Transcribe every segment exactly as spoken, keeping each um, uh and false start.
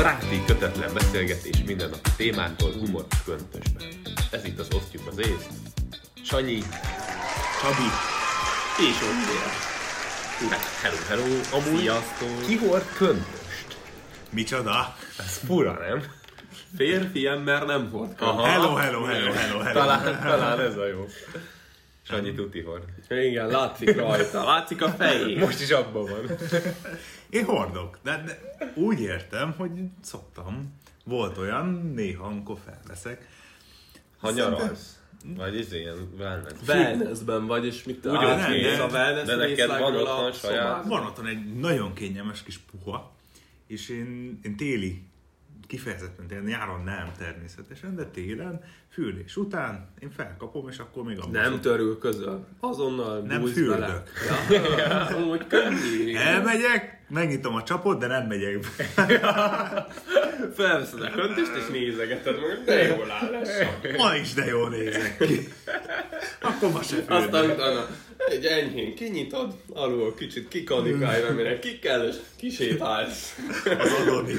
Baráti, kötetlen beszélgetés mindennapi témákról, humoros köntösben. Ez itt az Osztjuk az Észt. Sanyi, Csabi és Olivér. Hello, hello, amúgy Sziasztok. ki hord köntöst? Micsoda? Ez fura, nem? Férfi ember nem hord köntöst. Aha. Hello, hello, hello, hello, hello. Talán, talán ez a jó. Sanyi tuti hord. Igen, látszik rajta. Látszik a fején. Most is abban van. Én hordok, de, de úgy értem, hogy szoktam. Volt olyan, néha, amikor felveszek. Ha nyaralsz. Vagy ez ilyen wellness. Wellnessben vagy, és mit Úgy átmész nem, a wellness de neked van részlegről otthon a saját- szobádba. Van otthon egy nagyon kényelmes kis puha, és én, én téli, kifejezetten téli, nyáron nem természetesen, de télen, fürdés után én felkapom, és akkor még abban Nem törül közöl. Azonnal Nem bújsz fürdök. bele. Ja, amúgy könnyű. elmegyek, megnyitom a csapot, de nem megyek be. Felveszed a köntöst, és nézegeted meg, de jól áll lesz. Ma is de jól nézek ki. Akkor ma se fürdök. Aztán utána egy enyhén kinyitod, alul kicsit kikadikálj, amire ki kell, és kisétálsz. Az Adonis.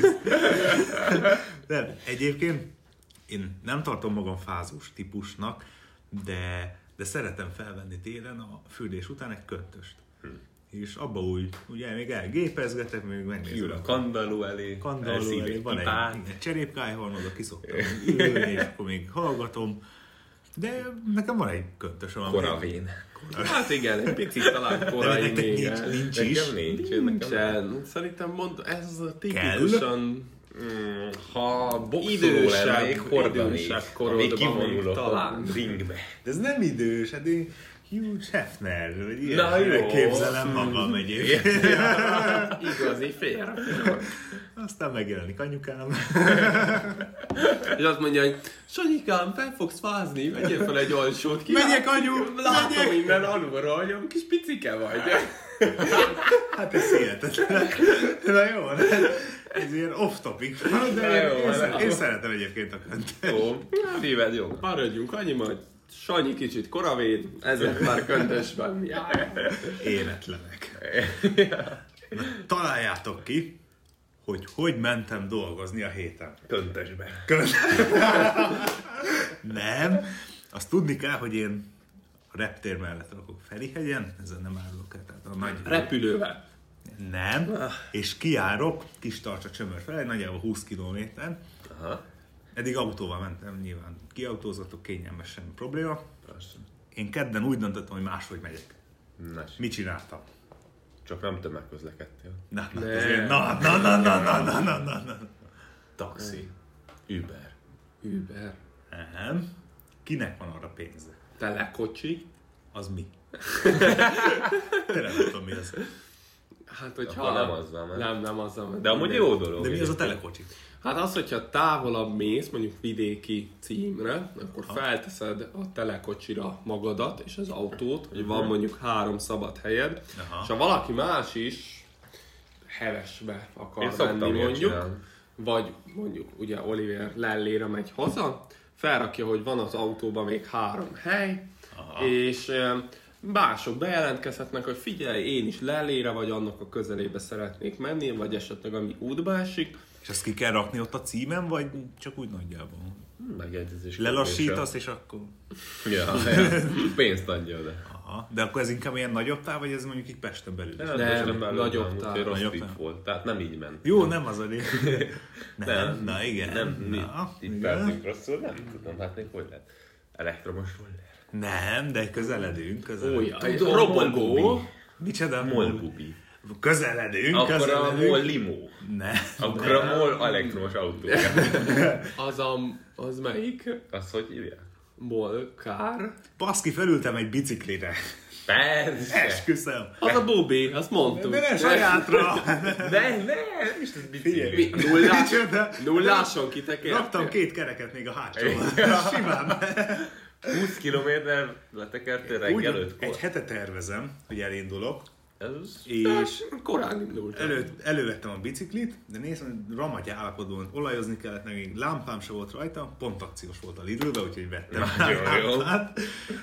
Nem, egyébként én nem tartom magam fázus típusnak, de, de szeretem felvenni télen a fürdés után egy köntöst. Hm. És abba úgy, ugye még elgépezgetek, még megnézem. Kiül a kandalló elé, Kandalló elszív elé, egy van egy, pipát. egy cserépkályhon, oda kiszoktam ülni, és akkor még hallgatom. De nekem van egy köntösöm, ami... Koravén. Hát igen, egy picit talán korai nektek még. nincs, nincs is. Nekem nincs. Nekem Nincsen. Szerintem mond, ez az a tipikusan Mm, ha boxoló Idősebb- lennék, hordanék. idősebb Ha korodban még kivonulok talán. a ringbe. De ez nem idős, hát én Hugh Hefner, vagy Na ilyen jó. képzelem magam egyébként. igazi férfi. Aztán megjelenik anyukám. És azt mondja, hogy Sanyikám, fel fogsz fázni, vegyél fel egy alsót ki. Megyek, anyu, Látom megyek. minden alulról, hogy olyan kis picike vagy. Hát ez hihetetlen. Na jó, ez ilyen off-topic, de Na jó, én, na én jó. szeretem egyébként a köntöst. Jó, Szíved jó. maradjunk annyi majd. Sanyi kicsit koravén, ezek már köntösben jár. Életlenek. Na, találjátok ki, hogy hogy mentem dolgozni a héten. Köntösbe. Könt. Nem. Azt tudni kell, hogy én a reptér mellett lakok Ferihegyen, ezen nem árulok el, tehát a nagy... Repülővel. Nem. És kijárok Kistarcsa Csömör felé, nagyjából húsz kilométeren. Aha. Eddig autóval mentem, nyilván kiautózatok, kényelmes, semmi probléma. Persze. Én kedden úgy döntöttem, hogy máshogy megyek. Na, Mit csináltam? csak nem tömegközlekedtél. Na, na, Ne. azért, na, na, na, na, na, na, na, na, na. Taxi. Uber. Uber. Nem. Kinek van arra pénze? Telekocsi. Az mi? Tényleg nem tudom, mi az. Hát, hogyha... Akkor nem azzal megy. Nem, nem azzal megy. De amúgy jó dolog. De mi az a telekocsi? Hát az, hogyha távolabb mész, mondjuk vidéki címre, akkor Aha. felteszed a telekocsira magadat és az autót, hogy van mondjuk három szabad helyed, Aha. és ha valaki más is hevesbe Én akar szoktam menni ilyet mondjuk, csinálni. vagy mondjuk ugye Oliver Lellére megy haza, felrakja, hogy van az autóban még három hely, Aha. és ö, mások bejelentkezhetnek, hogy figyelj, én is Lellére vagy annak a közelébe szeretnék menni, vagy esetleg ami útba esik. És azt ki kell rakni ott a címen, vagy csak úgy nagyjából? Megegyezés. Lelassítasz, és akkor... Ja, ja. Pénzt adja oda. Aha. De akkor ez inkább ilyen nagyobb táv, vagy ez mondjuk itt Pesten belül? Nem, Nem, Pesten belül nagyobb nem, táv. úgyhogy rossz Nagyobb tipp táv. volt. Tehát nem így ment. Jó, nem az a lé... nem. Nem. Na igen. Nem, mi? Na, igen. Tippeltünk rosszul? Nem tudom, hát még hogy lehet. Elektromos roller. Nem, de közeledünk, közeledünk. Olyan, Tudom, robogó. Molbubi. Micsoda? Molbubi. Közeledünk, Akkor a közeledünk. MOL limo. Nem. Akkor a MOL elektromos autó. Az a, az melyik? Azt hogy hívják? Molkár. Baszki, felültem egy biciklire. Persze. Esküszöm. Az a Bobby, azt mondtuk. De ne sajátra. De, ne, és ez Figyelj. bicikli. Nullás, Micsoda? nulláson kitekértél. Raktam két kereket még a hátsóban. Simán. húsz kilométer letekertél reggel Úgy, ötkor. egy hete tervezem, hogy elindulok, Ez és Korán indult. elő, elővettem a biciklit, de nézem, hogy ramagy állapotban olajozni kellett, meg lámpám se volt rajta, pont akciós volt a Lidlbe, úgyhogy vettem Nagyon jó. lámpát,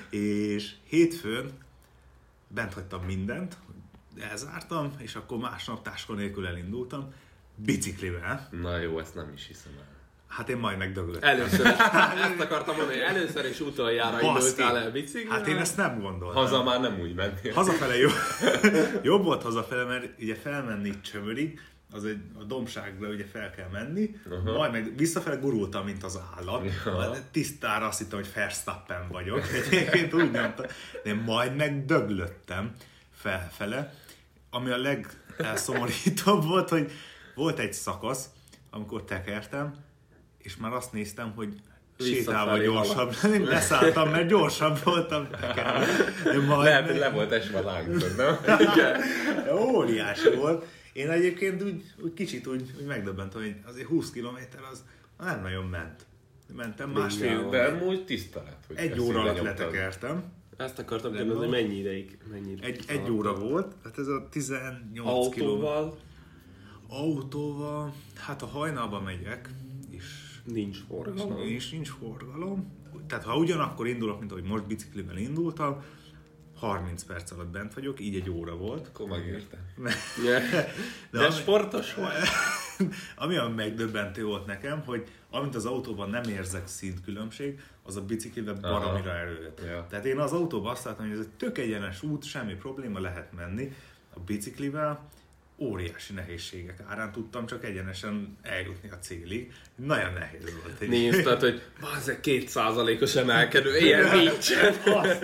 és hétfőn bent hagytam mindent, elzártam, és akkor másnap táska nélkül elindultam. biciklivel. Na jó, ezt nem is hiszem el. Hát én majd megdöglöttem. Először, ezt akartam mondani, hogy először és utoljára indultál el biciklivel. Hát én ezt nem gondoltam. Haza már nem úgy mentél. Hazafele jó. Jobb volt hazafele, mert ugye felmenni Csömörig, az egy, a dombságra ugye fel kell menni, uh-huh. majd meg visszafele gurultam, mint az állat. Ja. Tisztára azt hittem, hogy Verstappen vagyok. Egyébként úgy nyomtam. De majd meg döglöttem felfele, ami a legelszomorítóbb volt, hogy volt egy szakasz, amikor tekertem, és már azt néztem, hogy sétálva gyorsabb lenni, leszálltam, mert gyorsabb voltam tekerve. Lehet, hogy le volt esve a lángszor, nem? Igen. Óriási volt. Én egyébként úgy, úgy kicsit úgy, úgy megdöbbentem, hogy azért húsz kilométer az nem nagyon ment. Mentem másfél. De amúgy tiszta lett, hogy egy óra alatt letekertem. Ezt akartam kérdezni, hogy mennyi ideig? Mennyi egy, egy óra volt, hát ez a tizennyolc kilométer. Autóval, hát a hajnalba megyek, és nincs forgalom. És nincs forgalom. Tehát ha ugyanakkor indulok, mint ahogy most biciklivel indultam, harminc perc alatt bent vagyok, így egy óra volt. Akkor megérte. De, De ami, sportos volt. Ami olyan megdöbbentő volt nekem, hogy amint az autóban nem érzek szintkülönbség, az a biciklivel baromira erőlt. Ja. Tehát én az autóban azt láttam, hogy ez egy tök egyenes út, semmi probléma, lehet menni. A biciklivel óriási nehézségek árán tudtam csak egyenesen eljutni a célig. Nagyon nehéz volt. Nézted, hogy ez két százalékos emelkedő, ilyen nincsen.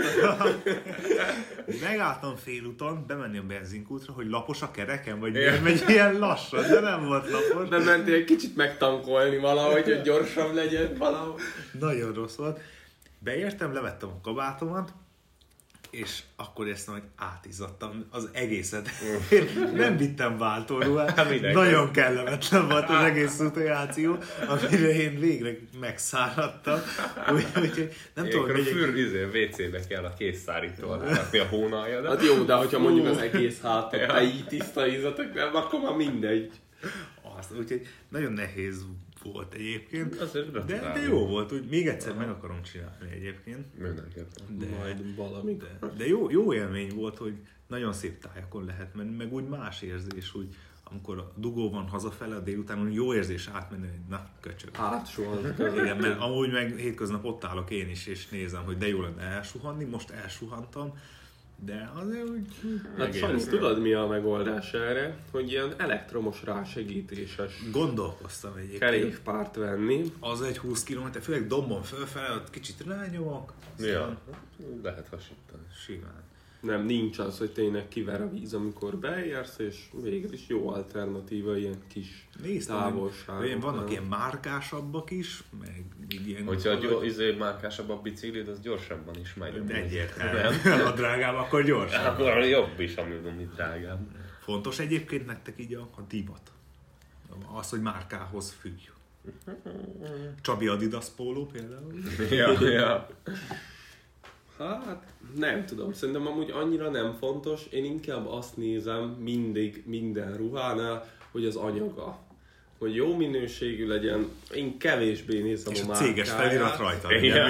Megálltam félúton, bemenni a benzinkútra, hogy lapos a kereken, vagy miért megy ilyen lassan, de nem volt lapos. De mentél egy kicsit megtankolni valahogy, hogy gyorsabb legyen valahogy. Nagyon rossz volt. Beértem, levettem a kabátomat, és akkor éreztem, hogy átizzadtam az egészet. Nem vittem váltóruhát. Nagyon kellemetlen volt az egész szituáció, amire én végre megszáradtam. Úgyhogy nem én tudom, hogy... Für, izé, vé cébe kell a készszárító alá, a hónaljadat. Hát jó, de hogyha mondjuk az egész hátat te így tiszta ízatok, nem, akkor már mindegy. Azt, úgyhogy nagyon nehéz volt egyébként, de, de jó volt, úgy még egyszer meg akarom csinálni egyébként. Mindenképpen. De, majd valamikor. De, de jó, jó élmény volt, hogy nagyon szép tájakon lehet menni, meg úgy más érzés, úgy amikor a dugó van hazafele a délután, jó érzés átmenni, hogy na, köcsög. Átsuhanni. Igen, mert amúgy meg hétköznap ott állok én is, és nézem, hogy de jó lenne elsuhanni, most elsuhantam, de azért úgy... Hát Sanyi, tudod mi a megoldás erre? Hogy ilyen elektromos rásegítéses gondolkoztam egyébként. kerékpárt venni. Az egy húsz kilométer, főleg dombon fölfele, ott kicsit rányomok. Ja, lehet hasonlítani. Simán. Nem, nincs az, hogy tényleg kiver a víz, amikor beérsz, és végül is jó alternatíva ilyen kis távolságok. Vannak ilyen márkásabbak is, meg ilyen... Hogyha a izé márkásabb a biciklid, az gyorsabban is megy. Egyértelműen. A drágább, akkor gyorsabb. Akkor jobb is, ami drágább. Fontos egyébként nektek így a, a divat. Az, hogy márkához függ. Csabi Adidas póló például. Ja, ja. Hát nem tudom, szerintem amúgy annyira nem fontos, én inkább azt nézem mindig minden ruhánál, hogy az anyaga. Hogy jó minőségű legyen, én kevésbé nézem és a márkáját. És a céges felirat rajta. Igen,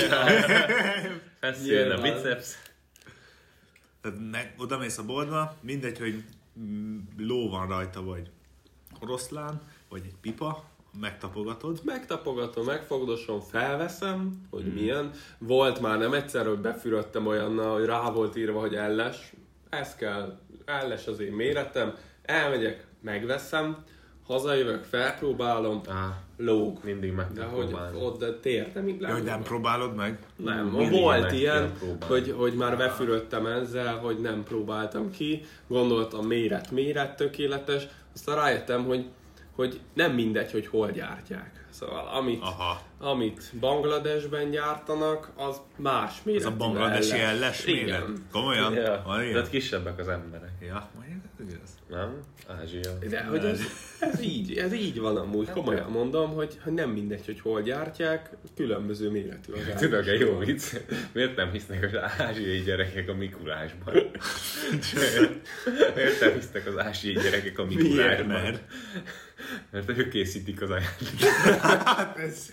feszüljön a biceps. Tehát meg, oda mész a boltba, mindegy, hogy ló van rajta, vagy oroszlán, vagy egy pipa, megtapogatod. Megtapogatom, megfogdosom, felveszem, hogy hmm. milyen. Volt már nem egyszer, hogy befürödtem olyannal, hogy rá volt írva, hogy elles. Ez kell, elles az én méretem. Elmegyek, megveszem, hazajövök, felpróbálom, ah, lóg. Mindig meg de hogy ott de tértem így le. Hogy nem próbálod meg? Nem, volt ilyen, hogy, hogy már befürödtem ezzel, hogy nem próbáltam ki. Gondoltam, méret, méret tökéletes. Aztán rájöttem, hogy hogy nem mindegy, hogy hol gyártják. Szóval amit, amit Bangladesben gyártanak, az más méretű. Az a bangladesi elles méret? Komolyan? Ja, tehát kisebbek az emberek. Ja, ez igaz. Nem? Ázsia. De hogy ez, ez, így, ez így van amúgy, komolyan mondom, hogy, hogy nem mindegy, hogy hol gyártják, különböző méretű az ázsiai. Tudod, egy jó vicc? Miért nem hisznek az ázsiai gyerekek a Mikulásban? Miért nem hisznek az ázsiai gyerekek a Mikulásban? Miért? Mert ők készítik az ajándékot. Hát ez...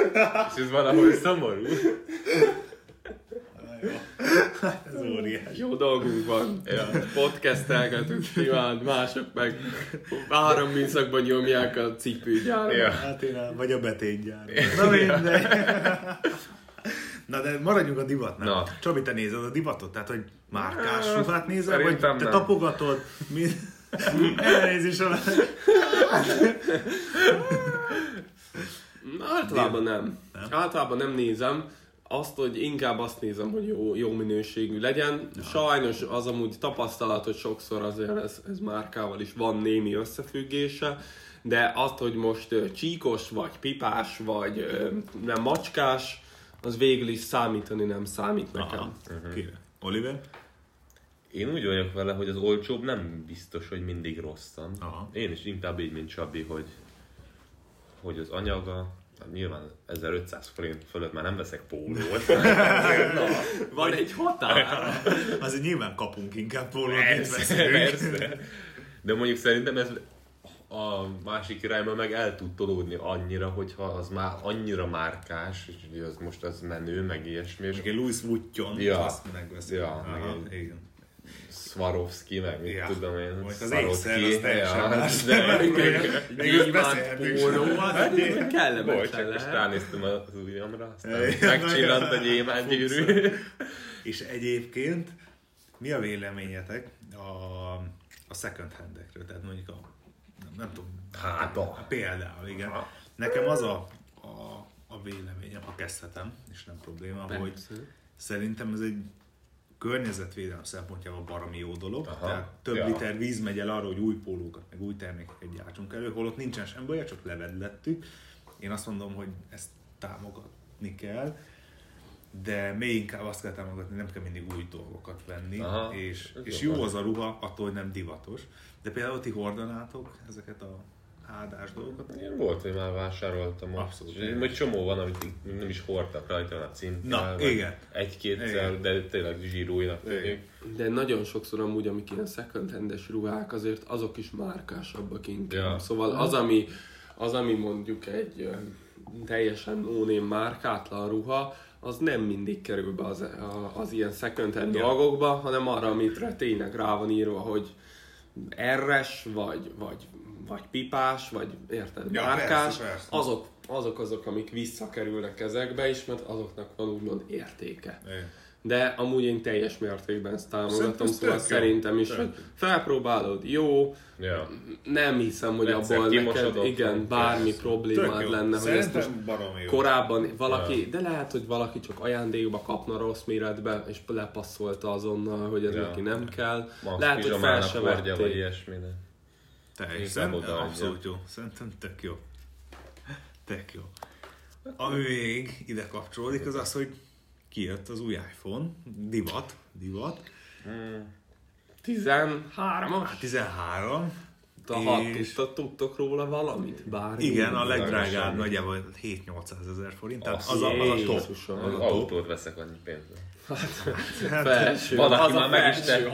És ez valahol szomorú. Hát ez óriás. Jó jó dolgunk van. Ja. Podcastelgetünk, imád, mások meg három műszakban nyomják a cipőgyárat. Ja. Hát én a, vagy a betétgyárat. Na mindegy. Na de maradjunk a divatnál. Na. Csabi, te nézed a divatot? Tehát, hogy márkás ruhát nézel, vagy te nem. Tapogatod? Mi... Elnézés alá. Általában nem. nem. Általában nem nézem. Azt, hogy inkább azt nézem, hogy jó, jó minőségű legyen. Ja. Sajnos az amúgy tapasztalat, hogy sokszor azért ez, ez márkával is van némi összefüggése, de azt, hogy most uh, csíkos, vagy pipás, vagy uh, nem macskás, az végül is számítani nem számít nekem. Uh-huh. Oliver? Én úgy vagyok vele, hogy az olcsóbb nem biztos, hogy mindig rosszan. Aha. Én is inkább így, mint Csabi, hogy, hogy az anyaga, nyilván ezerötszáz forint fölött már nem veszek pólót. Na, van egy határ. Azért nyilván kapunk inkább pólót, mint veszünk. Persze. De mondjuk szerintem ez a másik irányban meg el tud tolódni annyira, hogyha az már annyira márkás, és az most az menő, meg ilyesmi. És egy Louis Vuitton, ja. azt megveszik. Ja, meg egy Swarovski, meg mit ja. tudom én. Majd az ékszer, az teljesen más. De még úgy beszélhetünk. Póló, az kellemetlen lehet. És ránéztem az ujjamra, aztán megcsillant a gyémántgyűrű. És egyébként mi a véleményetek a, a second handekről? Tehát mondjuk a, nem, nem tudom, hát a például, igen. Ha. Nekem az a, a, a véleményem, ha kezdhetem, és nem probléma, persze. Hogy szerintem ez egy környezetvédelem szempontjából baromi jó dolog. Aha. Tehát több ja. liter víz megy el arra, hogy új pólókat, meg új termékeket gyártsunk elő, holott nincsen semmi baj, csak levedlettük. Én azt mondom, hogy ezt támogatni kell, de még inkább azt kell támogatni, nem kell mindig új dolgokat venni, aha, és, és jó az a ruha, attól, hogy nem divatos. De például ti hordanátok ezeket a áldás dolgokat? Én volt, hogy már vásároltam. Abszolút. Egy csomó van, amit nem is hordtak rajta a címkel. Na, igen. Egy-kétszer, de tényleg zsírújnak tűnik. De nagyon sokszor amúgy, amik ilyen second hand-es ruhák, azért azok is márkásabbak inkább. Ja. Szóval az ami, az, ami mondjuk egy teljesen no-name márkátlan ruha, az nem mindig kerül be az, az ilyen second hand ja. dolgokba, hanem arra, amit tényleg rá van írva, hogy erres, vagy, vagy, vagy pipás, vagy érted, ja, márkás, persze, persze. Azok, azok azok, amik visszakerülnek ezekbe is, mert azoknak van úgymond értéke. Igen. De amúgy én teljes mértékben ezt támogatom, szóval szerintem is, hogy felpróbálod, jó, ja. nem hiszem, hogy egyszer abból neked igen, bármi persze. problémád lenne, hogy ezt most korábban valaki, ja. de lehet, hogy valaki csak ajándékba kapna rossz méretbe, és lepasszolta azonnal, hogy ez ja. neki nem kell. Max lehet, hogy fel se vették. Vagy ilyesmi, de... Teljesen, abszolút jó. Szerintem tök jó. Tök jó. Ami még ide kapcsolódik, az az, hogy kijött az új iPhone, divat, divat. Hmm. tizenhárom Hát tizenhárom. Ha és... tudtok róla valamit? Bármi? Igen, a legdrágább nagyjából hét-nyolcszázezer forint. Tehát az, a, az a top. Az autót veszek annyi pénzre. Hát, felső. Van, aki már meg is tett.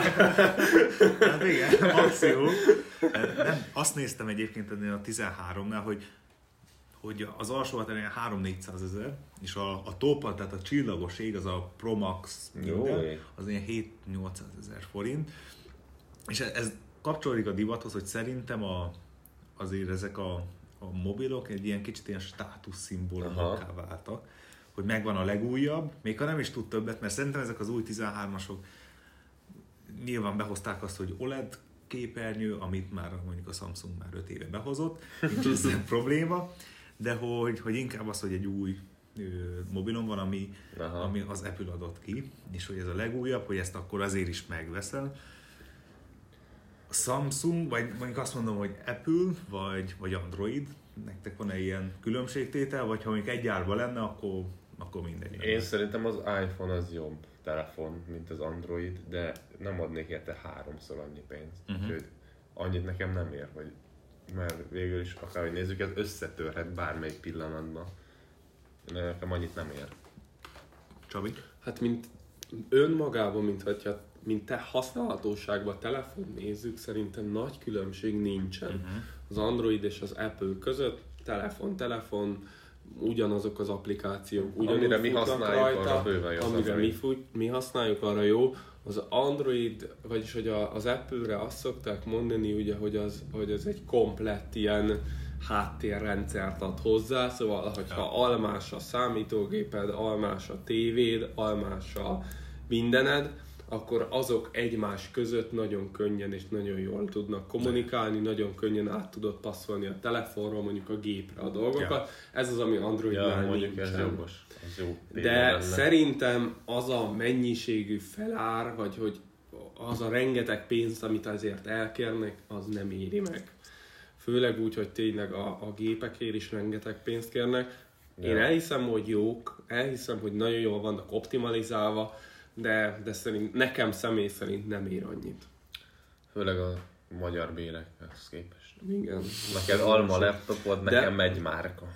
Hát igen, maximum. Nem, azt néztem egyébként ennél a tizenháromnál, hogy hogy az alsó hát ilyen három-négyszázezer, és a, a top, tehát a csillagos ég, az a Pro Max minden, az ilyen hét-nyolcszázezer forint. És ez kapcsolódik a divathoz, hogy szerintem a, azért ezek a, a mobilok egy ilyen kicsit ilyen státuszszimbólumokká váltak, hogy megvan a legújabb, még ha nem is tud többet, mert szerintem ezek az új tizenhármasok nyilván behozták azt, hogy o el e dé képernyő, amit már mondjuk a Samsung már öt éve behozott, nincs ezzel probléma, de hogy, hogy inkább az, hogy egy új ö, mobilon van, ami, ami az Apple adott ki, és hogy ez a legújabb, hogy ezt akkor azért is megveszel. A Samsung, vagy mondjuk azt mondom, hogy Apple, vagy, vagy Android, nektek van-e ilyen különbségtétel, vagy ha mondjuk egy árban lenne, akkor, akkor mindegy. Én szerintem az iPhone az jobb telefon, mint az Android, de nem adnék érte háromszor annyi pénzt. Uh-huh. Sőt, annyit nekem nem ér, hogy mert végül is akárhogy nézzük, ez összetörhet bármelyik pillanatban. De nekem annyit nem ér. Csabi? Hát mint önmagában, mint, hogyha, mint te használhatóságban telefon nézzük, szerintem nagy különbség nincsen. Uh-huh. Az Android és az Apple között telefon, telefon, ugyanazok az applikációk, ugyanúgy amire mi futnak használjuk, rajta, arra bőven jó. amire mi, fut, mi használjuk, arra jó. Az Android, vagyis hogy a, az Apple-re azt szokták mondani, ugye, hogy az, hogy az egy komplett ilyen háttérrendszert ad hozzá, szóval hogyha almás a számítógéped, almás a tévéd, almás a mindened, akkor azok egymás között nagyon könnyen és nagyon jól tudnak kommunikálni, nagyon könnyen át tudod passzolni a telefonról, mondjuk a gépre a dolgokat. Ja. Ez az, ami Androidnál ja, nincsen. Jó, de lenne. Szerintem az a mennyiségű felár, vagy hogy az a rengeteg pénzt, amit azért elkérnek, az nem éri meg. Főleg úgy, hogy tényleg a, a gépekért is rengeteg pénzt kérnek. Én ja. elhiszem, hogy jók, elhiszem, hogy nagyon jól vannak optimalizálva, de, de szerint, nekem személy szerint nem ér annyit. Főleg a magyar bérekhez képest. Igen. Neked alma laptopod, nekem de... egy márka.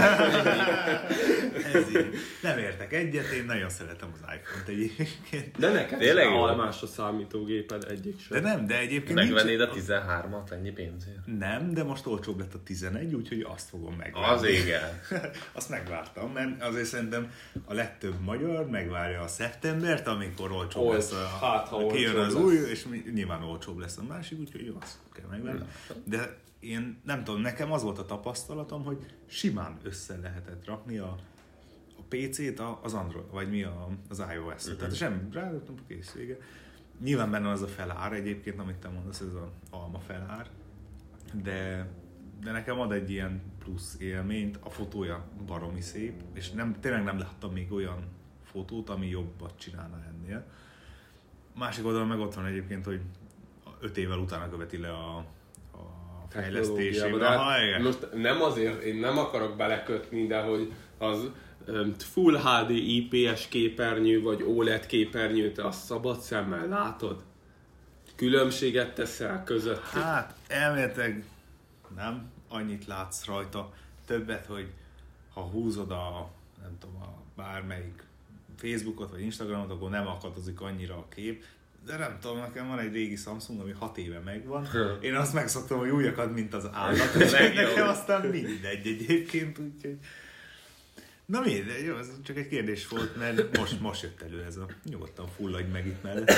Ez így. Nem értek egyet, én nagyon szeretem az iPhone-t egyébként. De neked tényleg almás a számítógéped egyik sem. De nem, de egyébként megvennéd nincs... a tizenhármat ennyi pénzért? Nem, de most olcsóbb lett a tizenegy, úgyhogy azt fogom megvenni. Az igen. Azt megvártam, mert azért szerintem a legtöbb magyar megvárja a szeptembert, amikor olcsóbb Olcs, lesz a, hát, ha kijön az lesz. Új, és nyilván olcsóbb lesz a másik, úgyhogy jó, azt kell megvenni. De én nem tudom, nekem az volt a tapasztalatom, hogy simán össze lehetett rakni a, a pé cét az Android, vagy mi a, az iOS-t. Uh-huh. Tehát sem ráadottam, kész vége. Nyilván benne az a felár egyébként, amit te mondasz, ez az alma felár, de, de nekem ad egy ilyen plusz élményt, a fotója baromi szép, és nem, tényleg nem láttam még olyan fotót, ami jobbat csinálna ennél. Másik oldalon meg ott van egyébként, hogy öt évvel utána követi le a fejlesztésében. Most nem azért, én nem akarok belekötni, de hogy az um, Full há dé i pé es képernyő vagy o el é dé képernyő, te azt szabad szemmel látod? Különbséget teszel között? Hát elméletileg nem, annyit látsz rajta. Többet, hogy ha húzod a, nem tudom, a bármelyik Facebookot vagy Instagramot, akkor nem akadozik annyira a kép. De nem tudom, nekem van egy régi Samsung, ami hat éve megvan. Én azt megszoktam, hogy újakat, mint az állat. Nekem aztán mindegy egyébként, úgyhogy... Na mindegy, jó, ez csak egy kérdés volt, mert most, most jött elő ez a... Nyugodtan fulladj meg itt mellett.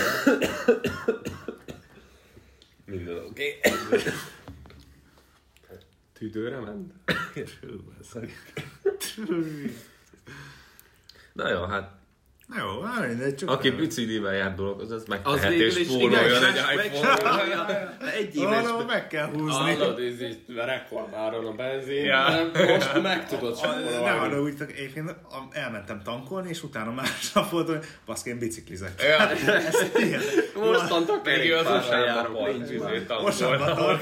Minden oké. Okay. Tüdőre ment? Na jó, hát Na jó, hát mindegy, csak... Aki biciklivel jár dolgoz, az megtehet és spóroljon egy iPhone-ra. Egy éves... meg kell húzni. Hallod, ez így rekordáron a benzin, ja. Most meg tudod spórolni. Nem arra úgy, én elmentem tankolni, és utána másnap volt, hogy baszki, én biciklizek. Ja. Mostantól kerékpárral járok, nincs izé tankolna.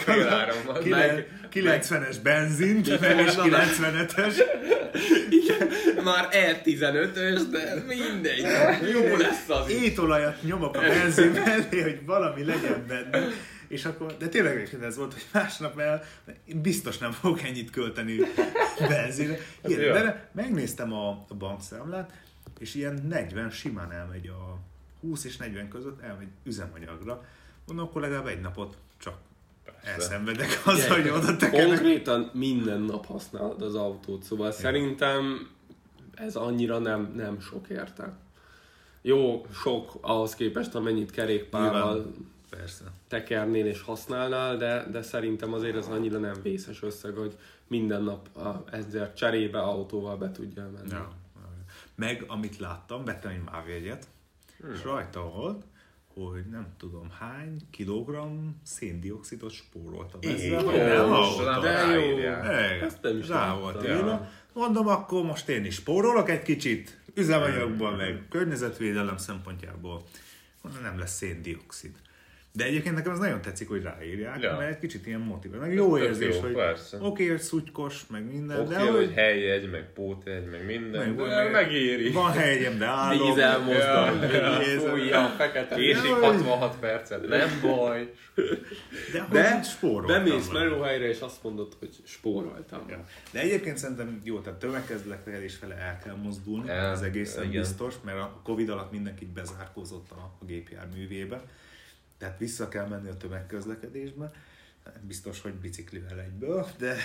kilencvenes benzint, nem is kilencvenötös. Igen, már E tizenötös, de mindegy, jó lesz az is. Étolajat nyomok a benzin mellé, hogy valami legyen benne. És akkor, de tényleg ez volt, hogy másnap el, biztos nem fogok ennyit költeni benzinre. Igen, de megnéztem a, a bankszámlát, és ilyen negyven simán elmegy a húsz és negyven között, elmegy üzemanyagra. Mondom, akkor legalább egy napot csak elszenvedek azzal, hogy oda tekerek. Konkrétan minden nap használod az autót, szóval ja. Szerintem ez annyira nem, nem sok érte. Jó, sok ahhoz képest, amennyit kerékpárral tekernél és használnál, de, de szerintem azért ez annyira nem vészes összeg, hogy minden nap a, ezzel cserébe autóval be tudjál menni. Ja. Meg, amit láttam, vettem egy mávjegyet, hmm. és rajta volt, hogy nem tudom hány kilogramm széndioxidot spóroltam ezzel, hogy nem hallottam. De jó, ezt nem is rá volt írva. Mondom, akkor most én is spórolok egy kicsit, üzemanyagban, meg környezetvédelem szempontjából. Mondom, nem lesz széndioxid. De egyébként nekem az nagyon tetszik, hogy ráírják, ja. Mert egy kicsit ilyen motivál. Meg jó érzés, jó, hogy oké, okay, hogy szutykos, meg minden. Oké, okay, hogy helyjegy, meg pótjegy, meg minden, meg, de meg, megéri. Van helyegyem, de állom. Vízelmozdal, fújja a fekete. Késik hatvanhat percet, nem baj. De, de spóroltam. Bemész melóhelyre, és azt mondod, hogy spóroltam. Ja. De egyébként szerintem jó, tehát tömegközlekedés fele el kell mozdulni, el, az egészen igen. Biztos, mert a Covid alatt mindenki bezárkózott a, a gépjárművébe. Tehát vissza kell menni a tömegközlekedésbe. Biztos, hogy biciklivel egyből, de...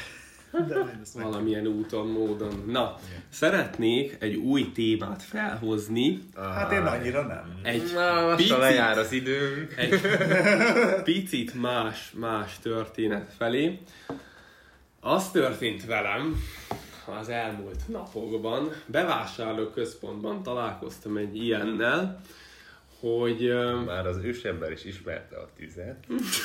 Valamilyen úton, módon. Na, igen. Szeretnék egy új témát felhozni. Hát én annyira nem. Egy Na, picit, lejár az időnk. Egy picit más, más történet felé. Az történt velem az elmúlt napokban. Bevásárlóközpontban találkoztam egy ilyennel, hogy... Már az ősember is ismerte a tüzet.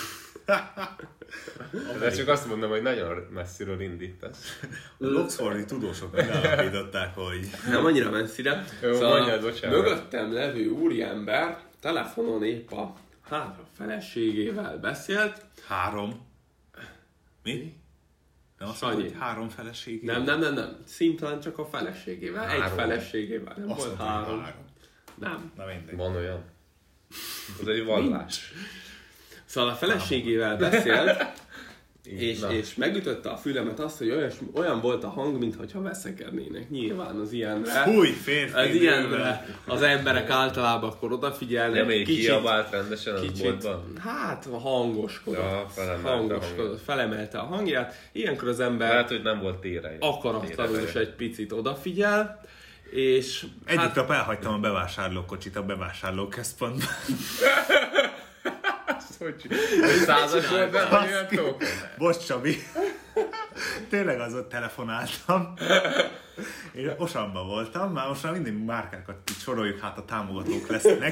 De csak azt mondom, hogy nagyon messziről indítasz. A Oxfordi tudósok megállapították, hogy... Nem annyira messzire. Jó, szóval mondjad, mögöttem levő úriember telefonon épp a három feleségével beszélt. Három? Mi? Nem azt mondta, hogy három feleségével? Nem, nem, nem, nem. Szintén csak a feleségével. Három. Egy feleségével. Nem azt volt mondta, három. három. Nem. Na mindegy. Van olyan? Az egy vallás. Szóval a feleségével beszélt, és, és megütötte a fülemet azt, hogy olyas, olyan volt a hang, mintha veszekednének. Nyilván az ilyenre. Fúj, férfi! Az ilyenre az emberek általában akkor odafigyelnek. Nem még kiabált rendesen az kicsit, boltban? Hát hangoskodott. Ja, felemelte hangoskodott, felemelte a hangját. Ilyenkor az ember lehet, hogy nem volt téreje. akaratlanul is egy picit odafigyel. És egyik hát... nap elhagytam a bevásárlókocsit a bevásárlóközpontban. Hogy százas volt be, hogy olyan token? Bocs, Csabi. Tényleg az ott telefonáltam. Én Osanban voltam, már most már minden márkákat soroljuk, hát a támogatók lesznek.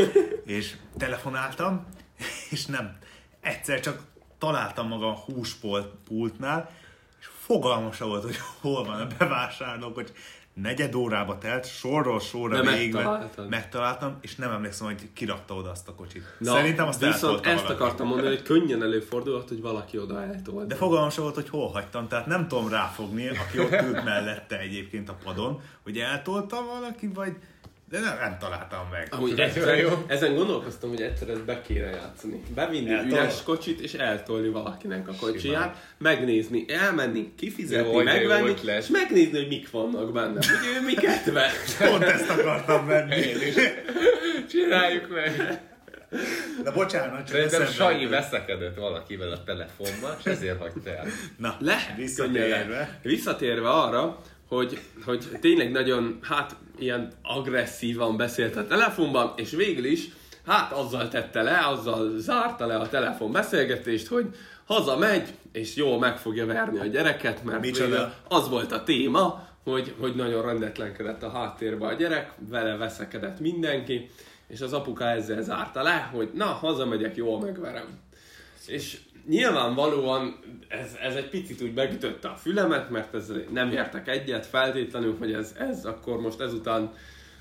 És telefonáltam, és nem. Egyszer csak találtam magam a húspultnál, és fogalmam sem volt, hogy hol van a bevásárlókocsi. Negyed órába telt, sorról sorra végigve megtaláltam, és nem emlékszem, hogy kirakta oda azt a kocsit. Na, szerintem azt viszont ezt valaki. akartam mondani, hogy könnyen előfordulhat, hogy valaki oda eltolta. De fogalmam sem volt, hogy hol hagytam, tehát nem tudom ráfogni, aki ott ült mellette egyébként a padon, hogy eltolta valaki, vagy... De nem, nem találtam meg. Amúgy egyszer, ezen gondolkoztam, hogy egyszer ezt be kéne játszani. Bevinni Eltol... üres kocsit, és eltolni valakinek a kocsiját, Simán. Megnézni, elmenni, kifizetni, jó, megvenni, és megnézni, hogy mik vannak benne. Hogy ő miket vett. Pont ezt akartam venni. Én is. Csináljuk meg. De bocsánat, csak szerintem Sanyi veszekedett valakivel a telefonban, és ezért hagyta el. Na, lehet, visszatérve. Visszatérve arra, hogy, hogy tényleg nagyon, hát ilyen agresszívan beszélt a telefonban, és végül is, hát azzal tette le, azzal zárta le a telefonbeszélgetést, hogy hazamegy, és jól meg fogja verni a gyereket, mert az volt a téma, hogy, hogy nagyon rendetlenkedett a háttérbe a gyerek, vele veszekedett mindenki, és az apuka ezzel zárta le, hogy na, hazamegyek, jól megverem. És nyilvánvalóan ez, ez egy picit úgy megütötte a fülemet, mert ez nem értek egyet feltétlenül, hogy ez, ez akkor most ezután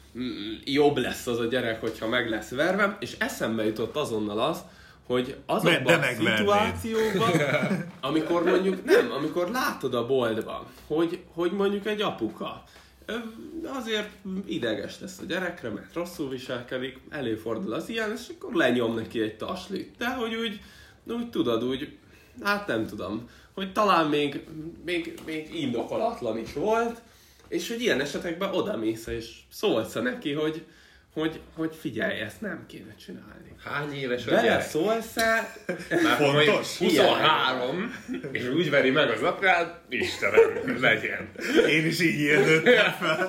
jobb lesz az a gyerek, hogyha meg lesz verve, és eszembe jutott azonnal az, hogy azokban a szituációkban, amikor mondjuk, nem, amikor látod a boltban, hogy, hogy mondjuk egy apuka, azért ideges lesz a gyerekre, mert rosszul viselkedik, előfordul az ilyen, és akkor lenyom neki egy taslit. De hogy úgy, úgy tudod, úgy, hát nem tudom, hogy talán még, még, még indokolatlan is volt, és hogy ilyen esetekben odamész és szólsz neki, hogy, hogy, hogy figyelj, ezt nem kéne csinálni. Hány éves a Bele gyerek? szólsz-e? Fontos. huszonhárom, és úgy veri meg az apját, Istenem, legyen. Én is így érődtem fel.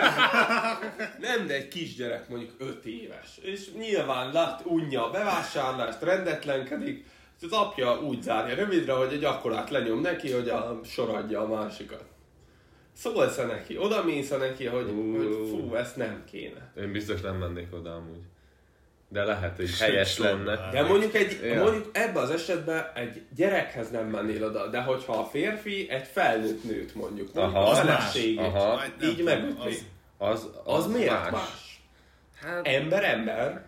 Nem, de egy kisgyerek mondjuk öt éves, és nyilván lát, unja a bevásárlást, rendetlenkedik, az apja úgy zárja rövidre, hogy egy akkorát lenyom neki, hogy a soradja a másikat. Szólsz-e neki? Odamész-e neki, hogy, uh, hogy fú, ezt nem kéne? Én biztos nem mennék oda amúgy. De lehet, hogy helyes lenne. De mondjuk, egy, ja. mondjuk ebben az esetben egy gyerekhez nem mennél oda, de hogyha a férfi egy felnőtt nőt mondjuk, mondjuk aha, a feleségét, aha, így megütni. Az, az, az, az miért más? más? Hát, ember, ember.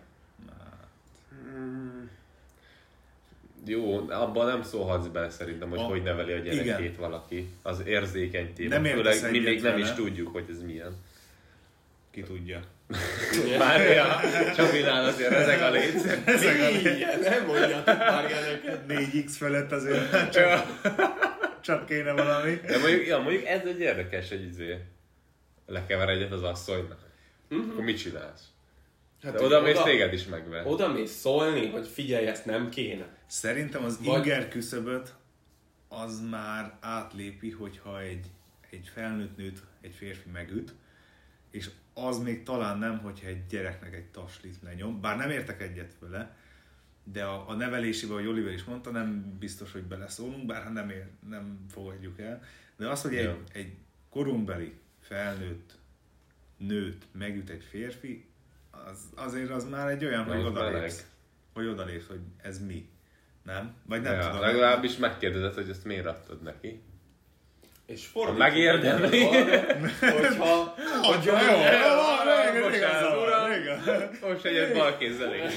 Hmm. Jó, abban nem szólhatsz bele szerintem, hogy a, hogy neveli a gyerekét igen. valaki. Az érzékeny téma. Főleg mi még nem is tudjuk, hogy ez milyen. Ki tudja. Várja, Csabinál azért ezek a létsz. Ezek a létsz. Nem mondjatok már ilyeneket. négy x felett azért csak, csak kéne valami. De mondjuk, ja, mondjuk ez egy érdekes, hogy izé lekever egyet az asszonynak. Uh-huh. Akkor mit csinálsz? Hát oda mész oda, téged is megver. Oda mész szólni, hogy figyelj, ezt nem kéne. Szerintem az Vagy... inger küszöböt az már átlépi, hogyha egy, egy felnőtt nőt egy férfi megüt, és az még talán nem, hogyha egy gyereknek egy taslit lenyom, bár nem értek egyet vele, de a, a nevelésébe, ahogy Oliver is mondta, nem biztos, hogy beleszólunk, bár ha nem, ér, nem fogadjuk el. De az, hogy egy, egy korunkbeli felnőtt nőt megüt egy férfi, az, azért az már egy olyan, hogy odalépsz, hogy odalépsz, hogy ez mi. Nem? Vagy nem ja, tudom. Legalábbis megkérdezed, hogy ezt miért adtad neki. És fordítjuk. Megérdemli. Hogyha... Hogyha jó, jó, bocsánat, uram. Most egyet bal kézzel én.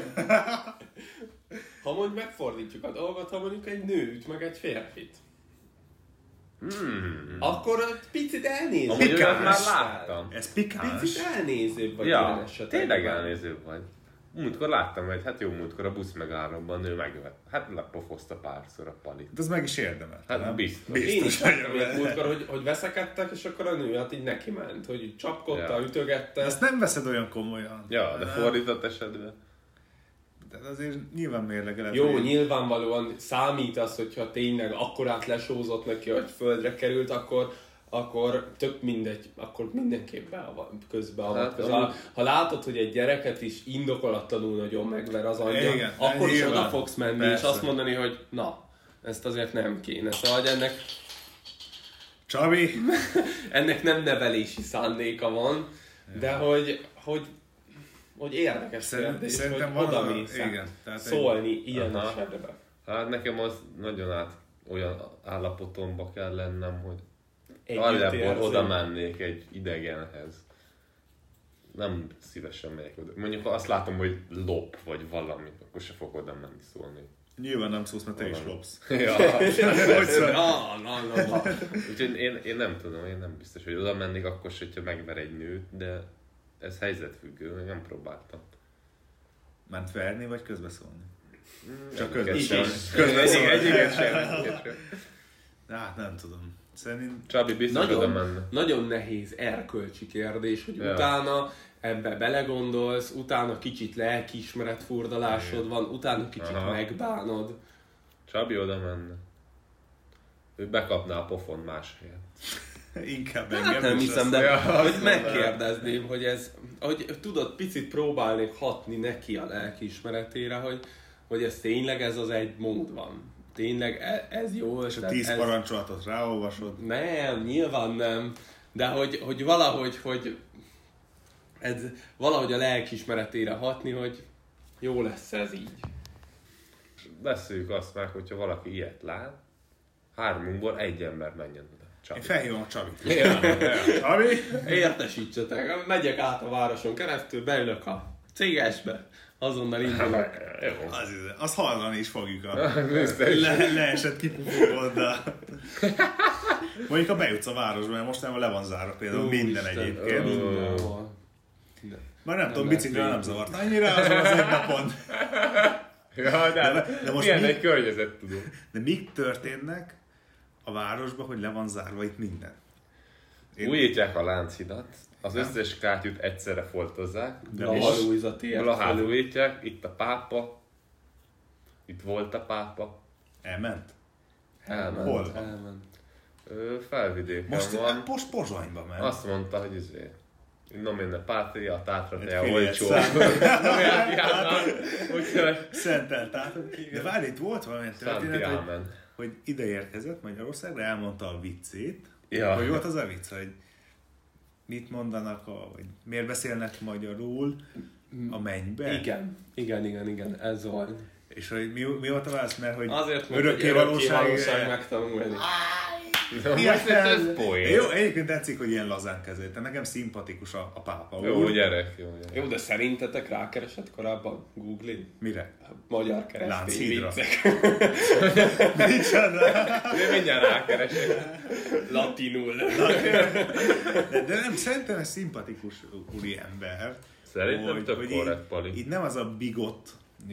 Ha mondjuk megfordítjuk a dolgot, ha mondjuk egy nő üt meg egy férfit. Hmm. Akkor picit elnézőbb. Amúgy olyat már láttam. Ez pikáns. Picit elnézőbb vagy Ja, ilyen esetekben. tényleg elnézőbb vagy. Múltkor láttam, hogy hát jó, múltkor a busz megállóban nő megvett. Hát lepofozta párszor a Palit. De az meg is érdemel. Hát nem? biztos. Biztos. Én is láttam ilyet múltkor, hogy, hogy veszekedtek, és akkor a nő hát így neki ment, hogy csapkodta, Ja. ütögette. Ezt nem veszed olyan komolyan. Ja, de fordított esetben. De azért nyilván mérlegeled. Jó, hogy- nyilvánvalóan számít az, hogyha tényleg akkorát lesózott neki, hogy földre került, akkor, akkor tök mindegy, akkor mindenképp beava- közbeavatkoz. Hát, Ha, ha látod, hogy egy gyereket is indokolatlanul nagyon megver az anyja, Igen, akkor is nyilván. oda fogsz menni, Persze. és azt mondani, hogy na, ezt azért nem kéne. Szóval hogy ennek, Csabi! ennek nem nevelési szándéka van, de hogy, hogy, hogy érdekes Szerint- kérdés, szerintem hogy van az a- oda mész igen, tehát egy- szólni ilyen Aha. esetben. Hát nekem az nagyon át olyan állapotomba kell lennem, hogy Együttérző. aljából oda mennék egy idegenhez. Nem szívesen megyek oda. Mondjuk ha azt látom, hogy lop vagy valami, akkor se fog oda menni szólni. Nyilván nem szólsz, mert te is lopsz. Ja. Na, na, na, na. Úgyhogy én, én nem tudom, én nem biztos, hogy oda mennék akkor se, hogyha megver egy nőt, de ez helyzetfüggő, nem próbáltam. Ment verni, vagy közbeszólni? Csak Egyiket közbeszólni. sem. Közbeszólni. Egyiket sem, egyiket sem. Hát nem tudom. Szerintem Csabi biztos oda Nagyon, menne. nagyon nehéz erkölcsi kérdés, hogy Ja. utána ebbe belegondolsz, utána kicsit lelkiismeret furdalásod van, utána kicsit Aha. megbánod. Csabi oda menne. Ő bekapná a pofon más helyet. inkább Hát engem nem is hiszem, azt- de Ja, hogy azt megkérdezném, hogy ez, hogy tudod, picit próbálnék hatni neki a lelkiismeretére, hogy, hogy ez tényleg ez az egy mód van. Tényleg e- ez jó. És a tehát tíz ez... parancsolatot ráolvasod. Nem, nyilván nem. De hogy, hogy valahogy, hogy ez valahogy a lelkiismeretére hatni, hogy jó lesz ez így. Beszéljük azt meg, hogyha valaki ilyet lát, hármunkból egy ember menjen oda. Csabi. Én felhívom a Csabit. Ja, ja. Csabi! Értesítsetek, megyek át a városon keresztül, beülök a cégesbe, azonnal indulok. Jó. Az, az hallani is fogjuk a Biztos. le, leesett kipufogóddal. Mondjuk a bejutsz a városba, mert most nem le van zárva például minden Úristen, egyébként. mindenhol. De- Már nem, tudom, lehet biciklivel nem végig. zavart. Annyira azon az egy napon. Ja, de, De- de, de most milyen mi- egy környezet tudom. De mik történnek a városban, hogy le van zárva itt minden? Én- Újítják a Lánchidat, az összes kátyút egyszerre foltozzák, Blaha Lujza tért Blahát felül. újítják, itt a pápa, itt volt a pápa, Elment? Elment, Hol? elment. Ö, felvidéken Most, van. most Pozsonyba ment. Azt mondta, hogy izé, nomine patria, a tátra Egy te filiát olcsó. szám. Úgyhogy Szentelt át. De várj, itt volt valamilyen Santi történet, hogy, Ámen. hogy ide érkezett Magyarországra, elmondta a viccét. Ja. Hogy volt az a vicc, hogy mit mondanak, a, vagy miért beszélnek magyarul a mennybe? Igen, igen, igen, igen, ez volt. És hogy mi, mi volt a válasz? Mert hogy Azért mondta, hogy örökké örökké valóság... valóság megtanulni. Most ez poén. Jó, egyébként tetszik, hogy ilyen lazán kezelte. Nekem szimpatikus a, a pápa Jó úr. gyerek, jó gyerek. Jó, de szerintetek rákeresett korábban Google-in? Mire? Magyar keresztény Lánchídra. viccek. Micsoda? Én mindjárt rákeresek. Latinul. De, de nem, szerintem ez szimpatikus úri ember. Szerintem tök hogy korrekt, így, Pali. így nem az a bigot, ö,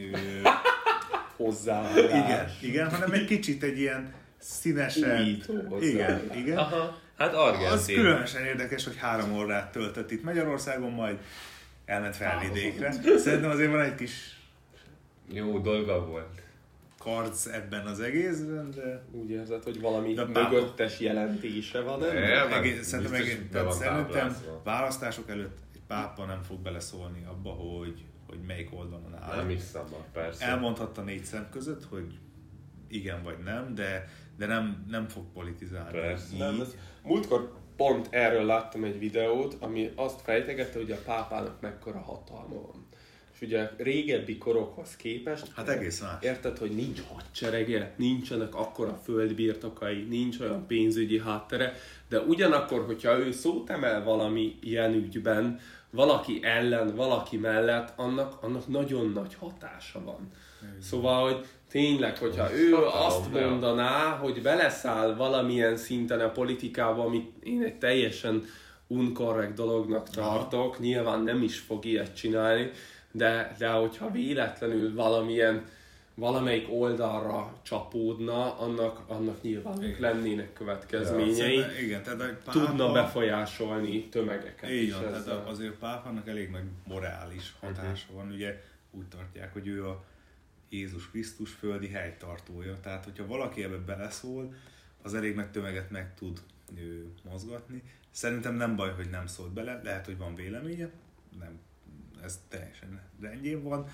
Hozzá. igen, igen, hanem egy kicsit egy ilyen színesen. Újító hozzá. Igen, igen. Aha, hát Az argentin. különösen érdekes, hogy három órát töltött itt Magyarországon, majd elment felvidékre. Szerintem azért van egy kis Jó dolga volt. karc ebben az egészben, de... Úgy érzed, hogy valami de mögöttes pápa... jelentése van ebben? Egész, szerintem egész, szerintem választások előtt egy pápa nem fog beleszólni abba, hogy, hogy melyik oldalon áll. Nem is szabad, persze. Elmondhatta négy szem között, hogy igen vagy nem, de, de nem, nem fog politizálni. Persze. Nem, ez, múltkor pont erről láttam egy videót, ami azt fejtegette, hogy a pápának mekkora hatalma van. És ugye régebbi korokhoz képest, hát egész más. Érted, hogy nincs hadserege, nincsenek akkora földbirtokai, nincs olyan pénzügyi háttere, de ugyanakkor, hogyha ő szót emel valami ilyen ügyben, valaki ellen, valaki mellett, annak, annak nagyon nagy hatása van. Igen. Szóval, hogy tényleg, hogyha ő hatalom, azt mondaná, hogy beleszáll valamilyen szinten a politikába, amit én egy teljesen unkorrekt dolognak tartok, ja. Nyilván nem is fog ilyet csinálni, de, de hogyha véletlenül valamilyen, valamelyik oldalra csapódna, annak, annak nyilván igen. lennének következményei. Ja, igen, tehát a pápa... Tudna befolyásolni tömegeket így is. Van, tehát azért a pápának elég nagy morális hatása uh-huh. van. Ugye úgy tartják, hogy ő a Jézus Krisztus földi helytartója. Tehát, hogyha valaki ebbe beleszól, az elég nagy tömeget meg tud ő, mozgatni. Szerintem nem baj, hogy nem szólt bele, lehet, hogy van véleménye, nem, ez teljesen rendjén van.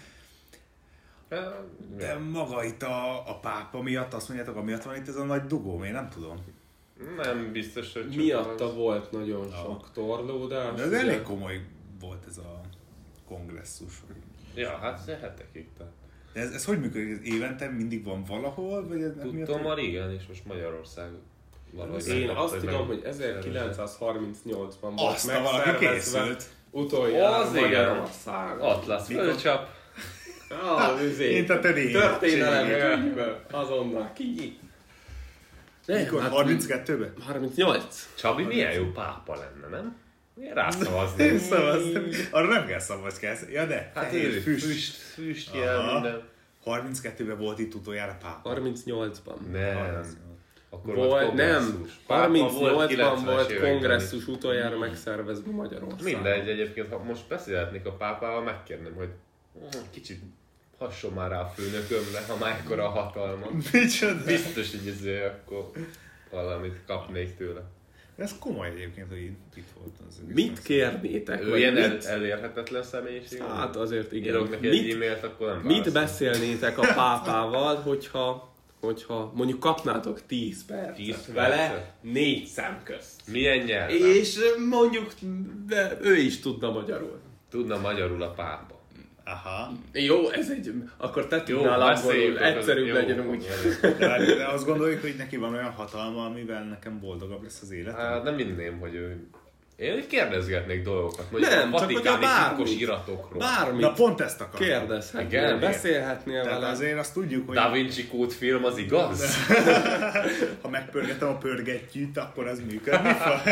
De maga itt a, a pápa miatt, azt mondjátok, amiatt van itt ez a nagy dugó, én nem tudom. Nem biztos, hogy miatta az... volt nagyon ja. sok torlódás. De ez ugye? Elég komoly volt ez a kongresszus. Ja, hát hetekig. Tehát. De ez, ez hogy működik? Ez évente mindig van valahol? Vagy ez tudtam már igen, és most Magyarország valahogy. Én azt hogy tudom, hogy ezerkilencszázharmincnyolcban volt azt megszervezve utoljára Magyarországon. Atlasz fölcsap. Ah, mint a történelem azonnal kinyit. Mikor? Hát harminckettőben? harmincnyolc. Csabi milyen jó pápa lenne, nem? Miért rászavazni? Én szavaztam. Arra nem kell szavazni. Ja de, hát ő füst, füst, füst jel minden. harminckettőben volt itt utoljára pápa. harmincnyolcban. Nem. Akkor volt nem. harmincnyolcban volt kongresszus utoljára megszervezve Magyarországon. Mindegy, egyébként, ha most beszélhetnék a pápával, megkérném, hogy kicsit hasson már rá a főnökömre, ha már ekkora a hatalma. Biztos, hogy ezért akkor valamit kapnék tőle. Ez komoly egyébként, hogy itt volt. Az mit kérnétek? Ő ilyen el, elérhetetlen személyiség? Hát azért igen. Írok neki egy e-mailt, akkor nem válaszol. Mit beszélnétek a pápával, hogyha, hogyha mondjuk kapnátok tíz percet tíz vele, percet? négy szem közt. Milyen nyelven? És mondjuk de ő is tudna magyarul. Tudna magyarul a pápa. Aha. Jó, ez egy... Akkor te tudnál angolul, egyszerűbb legyen úgy. De, de azt gondoljuk, hogy neki van olyan hatalma, amivel nekem boldogabb lesz az életem? Hát nem inném, hogy ő... Én úgy kérdezgetnék dolgokat, mondjuk nem, a vatikáni titkos iratokról. Bármit. Na pont ezt akarom. Kérdezhetnél, beszélhetnél vele. Azért azt tudjuk, hogy... Da Vinci Code film az igaz? Ha megpörgetem a pörgettyűt, akkor az működni fog.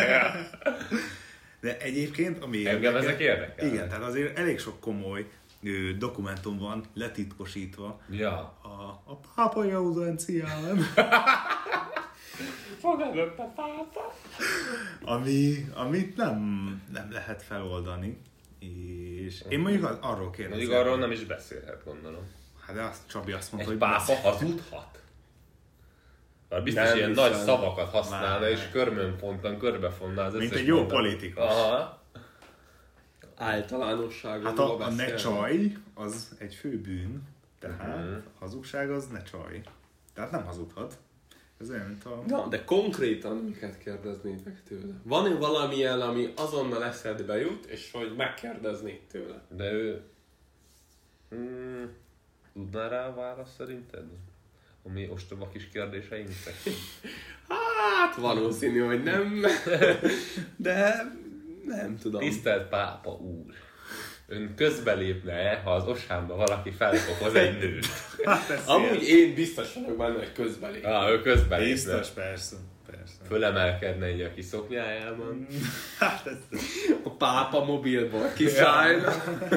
De egyébként, ami engem ezek érdekel. Igen, tehát azért elég sok komoly dokumentum van letitkosítva ja. a, a pápai auzenciában. Fogadott a pápa. Ami, amit nem, nem lehet feloldani. És én mondjuk arról kérdezem. Mondjuk arról nem is beszélhet, gondolom. Hát de azt Csabi azt mondta, egy hogy pápa hazudhat? Biztos nem ilyen nagy szavakat használna, már, és körmönfontan körbefonná az összes mint egy jó mondat. Politikus. Aha. Általánosságban. Hát a, a ne csaj, az egy fő bűn, tehát uh-huh. a hazugság az ne csaj. Tehát nem hazudhat. Ez olyan, mint a... Na, de konkrétan miket kérdeznétek tőle? Van-e valamilyen, ami azonnal eszedbe jut, és hogy megkérdeznék tőle? De ő... Hmm, tudná rá a választ szerinted? A mi ostoba kis kérdéseinkre? Hát valószínű, hogy nem. De nem tudom. Tisztelt pápa úr! Ön közbelépne-e, ha az osámba valaki felkopoz egy nőt? Hát amúgy én biztos vagyok benne, hogy közbelép. Ah, ő közbelépne. Biztos, persze. persze. Fölemelkedne egy a kis szoknyájában. Hát ez... A pápa mobilból kiszállna.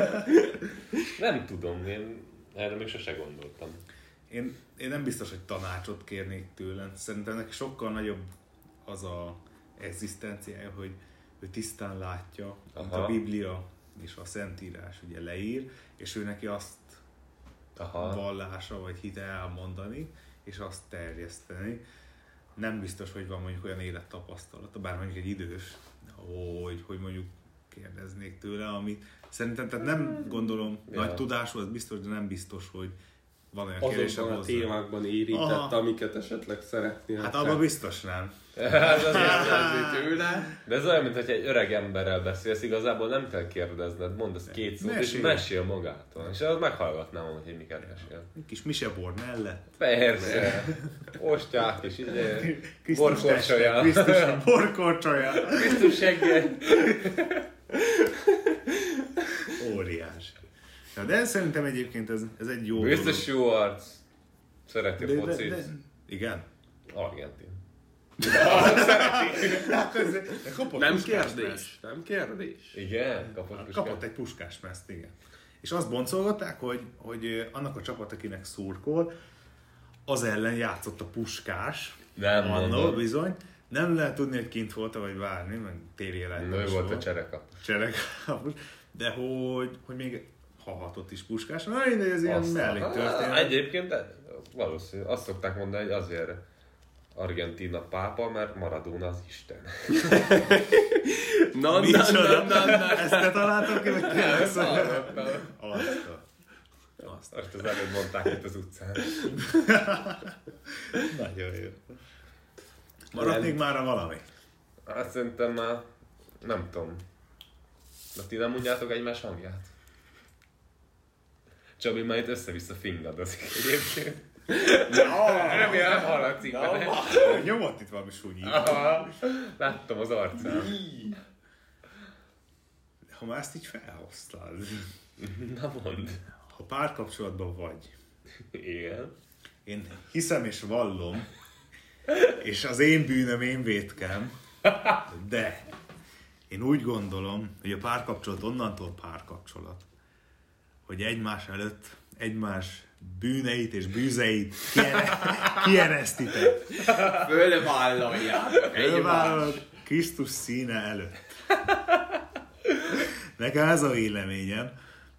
Nem tudom, én erre még sose gondoltam. Én, én nem biztos, hogy tanácsot kérnék tőle. Szerintem neki sokkal nagyobb az a egzisztenciája, hogy ő tisztán látja, amit a Biblia és a Szentírás ugye leír, és ő neki azt Aha. vallása vagy hite elmondani, és azt terjeszteni. Nem biztos, hogy van mondjuk olyan élettapasztalata, bár mondjuk egy idős, hogy, hogy mondjuk kérdeznék tőle, amit szerintem, tehát nem gondolom, ja. nagy tudású, az biztos, de nem biztos, hogy van olyan kérdésem hozzá. Azokban a témákban érintett, aha. amiket esetleg szeretnél. Hát abban biztos nem. Hát azért tőle. De ez olyan, mintha egy öreg emberrel beszélsz, igazából nem kell kérdezned, mondd ezt két szót, mesél. És mesél magától. És az meghallgatnám, hogy miket mesél. Egy kis misebor mellett. Persze. Ostyák és ide. Borkorcsolya. Krisztus borkorcsolya. Krisztus seggely. Óriás. Ja, de szerintem egyébként ez, ez egy jó biztos jó arc. Szereti a focit. Igen? Argentin. Nem kérdés, nem kérdés. Igen, kapott puskás. Kapott egy puskásmezt, igen. És azt boncolgatták, hogy, hogy annak a csapat, akinek szurkol, az ellen játszott a Puskás. Nem annól bizony. Nem lehet tudni, hogy kint volt vagy várni, meg téli jelentés volt. volt a cserekapus. Cserekapus. De hogy, hogy még hahatott is Puskás. Na, ez ilyen melléktörténet. Egyébként de valószínű. Azt szokták mondani, hogy azért Argentína pápa, mert Maradona az Isten. Na, na, na, na, na. Ezt te találtam ki, vagy tényleg szóval? Azt. Azt. Most az előbb mondták itt az utcán. Nagyon jó. Maradt még mára valami? Hát szerintem már nem tudom. De ti nem mondjátok egymás hangját? Csabi már itt össze-vissza fingadozik egyébként. No, remélem hallatszik. No, nyomott itt valami súnyi. Láttam az arcán. Ha már ezt így felhoztad. Na mondd. Ha párkapcsolatban vagy. Igen. Én hiszem és vallom, és az én bűnöm, én vétkem, de én úgy gondolom, hogy a párkapcsolat onnantól párkapcsolat, hogy egymás előtt egymás bűneit és bűzeit kieresztitek. Fölvállalják. Fölvállalod Krisztus színe előtt. Nekem ez a véleményem.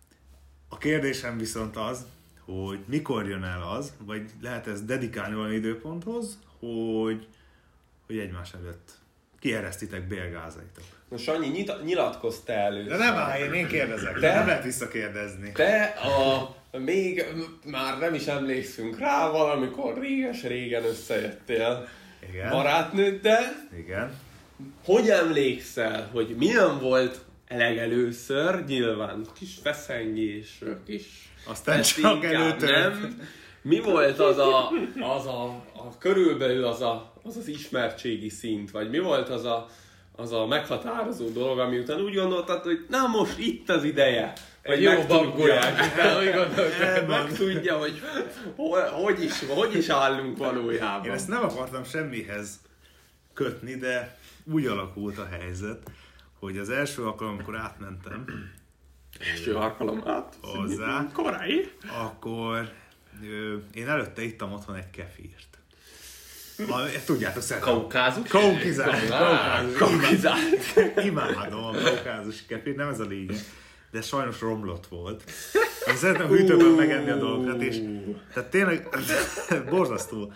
A kérdésem viszont az, hogy mikor jön el az, vagy lehet ez dedikálni valami időponthoz, hogy, hogy egymás előtt kieresztitek, bélgázaitok. Na Sanyi, nyit- nyilatkoztál előtt. De nem áll, én, én kérdezek, de nem lehet visszakérdezni. Te a, még már nem is emlékszünk rá, valamikor réges-régen összejöttél igen. barátnőddel. Igen. Hogy emlékszel, hogy milyen volt legelőször? Nyilván kis feszengés, kis... Aztán csak előtört. Nem. Mi volt az a, az a, a körülbelül az, a, az az ismertségi szint, vagy mi volt az a, az a meghatározó dolog, ami után úgy gondoltad, hogy na most itt az ideje. Vagy jó baggolják, úgy gondoltad. Megtudja, hogy hogy, hogy, is, hogy is állunk valójában. Én ezt nem akartam semmihez kötni, de úgy alakult a helyzet, hogy az első alkalom, amikor átmentem, első alkalom át hozzá, korai, akkor ö, én előtte ittam otthon egy kefírt. Ma, tudjátok, szeretem. Kaukázus? Kaukizált. Kaukázus. Kaukizált. Imádom a kaukázusi kefírt, nem ez a lényeg. De sajnos romlott volt. Én szeretem hűtőben megenni a dolgokat, és tehát tényleg borzasztó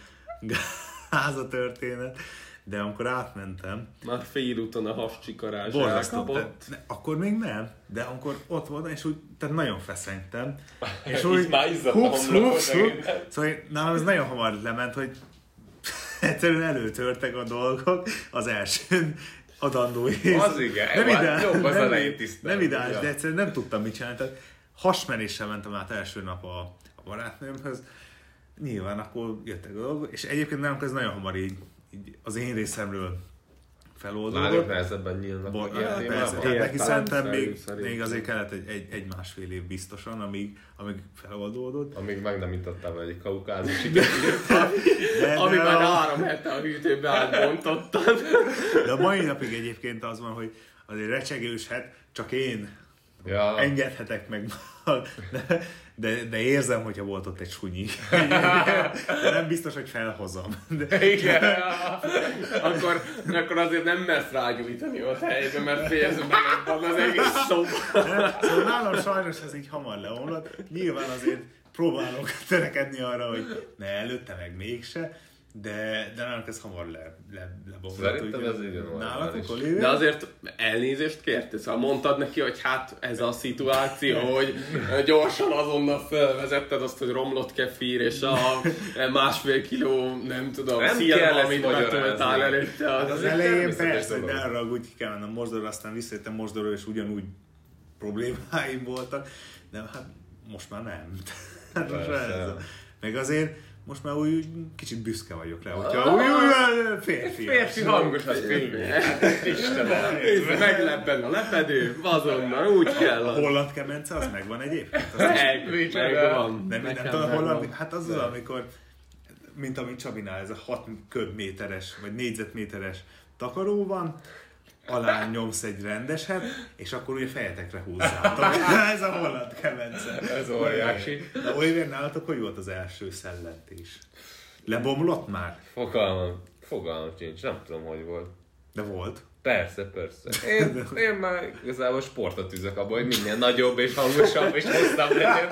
gáz a történet. De amikor átmentem... Már félúton a hascsikarás elkapott. Ne, akkor még nem, de amikor ott voltam, és úgy, tehát nagyon feszengtem. És úgy, hupsz, hupsz, hupsz. Szóval nálam ez nagyon hamar lement, hogy egyszerűen előtörtek a dolgok az első adandó ész. Az igen, nem ideális, jobb az elején tisztán. Nem ideális, de egyszerűen nem tudtam mit csinálni. Tehát hasmenéssel mentem át első nap a, a barátnőmhöz. Nyilván akkor jöttek a dolgok, és egyébként nem, ez nagyon hamar így így az én részemről feloldódott. Lányok nehezebben nyílnak Bo- meg ilyen témában. Tehát neki szerintem még, még azért kellett egy, egy, egy másfél év biztosan, amíg, amíg feloldódott. Amíg meg nem itattál vele egy kaukázusi Ami már három hete a hűtőbe átbontottad. De a mai napig egyébként az van, hogy azért recsegőshet, csak én Ja. Engedhetek meg, de, de, de érzem, hogyha volt ott egy sunyi. De nem biztos, hogy felhozom. De... Igen, akkor, akkor azért nem mersz rágyújtani ott helyben, mert félsz van az egész szoba. Szóval nálam sajnos ez így hamar leomlott. Nyilván azért próbálok törekedni arra, hogy ne előtte meg mégse, de, de nálunk ez hamar le, le, lebomlott. Szerintem ez így nálatok, Olivia? De azért elnézést kértél, szóval mondtad neki, hogy hát ez a szituáció, hogy gyorsan azonnal felvezetted azt, hogy romlott kefír, és a másfél kiló, nem tudom, szilva, amit betöltál előtte. Az, az elején persze, hogy ne arra úgy ki kell mennem Mosdorra, aztán visszajöttem Mosdorról, és ugyanúgy problémáim voltak, de hát most már nem. Hát most már ez a... Meg azért most már úgy kicsit büszke vagyok rá, hogyha új, új, férfi. Férfi hangos az férfi. Istenem. Megleppen a lepedő, azonnal, úgy kell. A holland kemence, az megvan egyébként? Meg, megvan. Nem, nem tudom, a holland, hát az az, amikor, mint amit Csabinál, ez a hat köbméteres, vagy négyzetméteres takaró van, alá nyomsz egy rendeset, és akkor ugye fejetekre húzzátok. Ez a holland kemence. Ez óriási. De Oliver, nálatok hogy volt az első szellentés? Lebomlott már? Fogalmam, fogalmam sincs, nem tudom, hogy volt. De volt. Persze, persze. Én, én már igazából sportot üzök abban, hogy minél nagyobb és hangosabb és hosszabb legyen.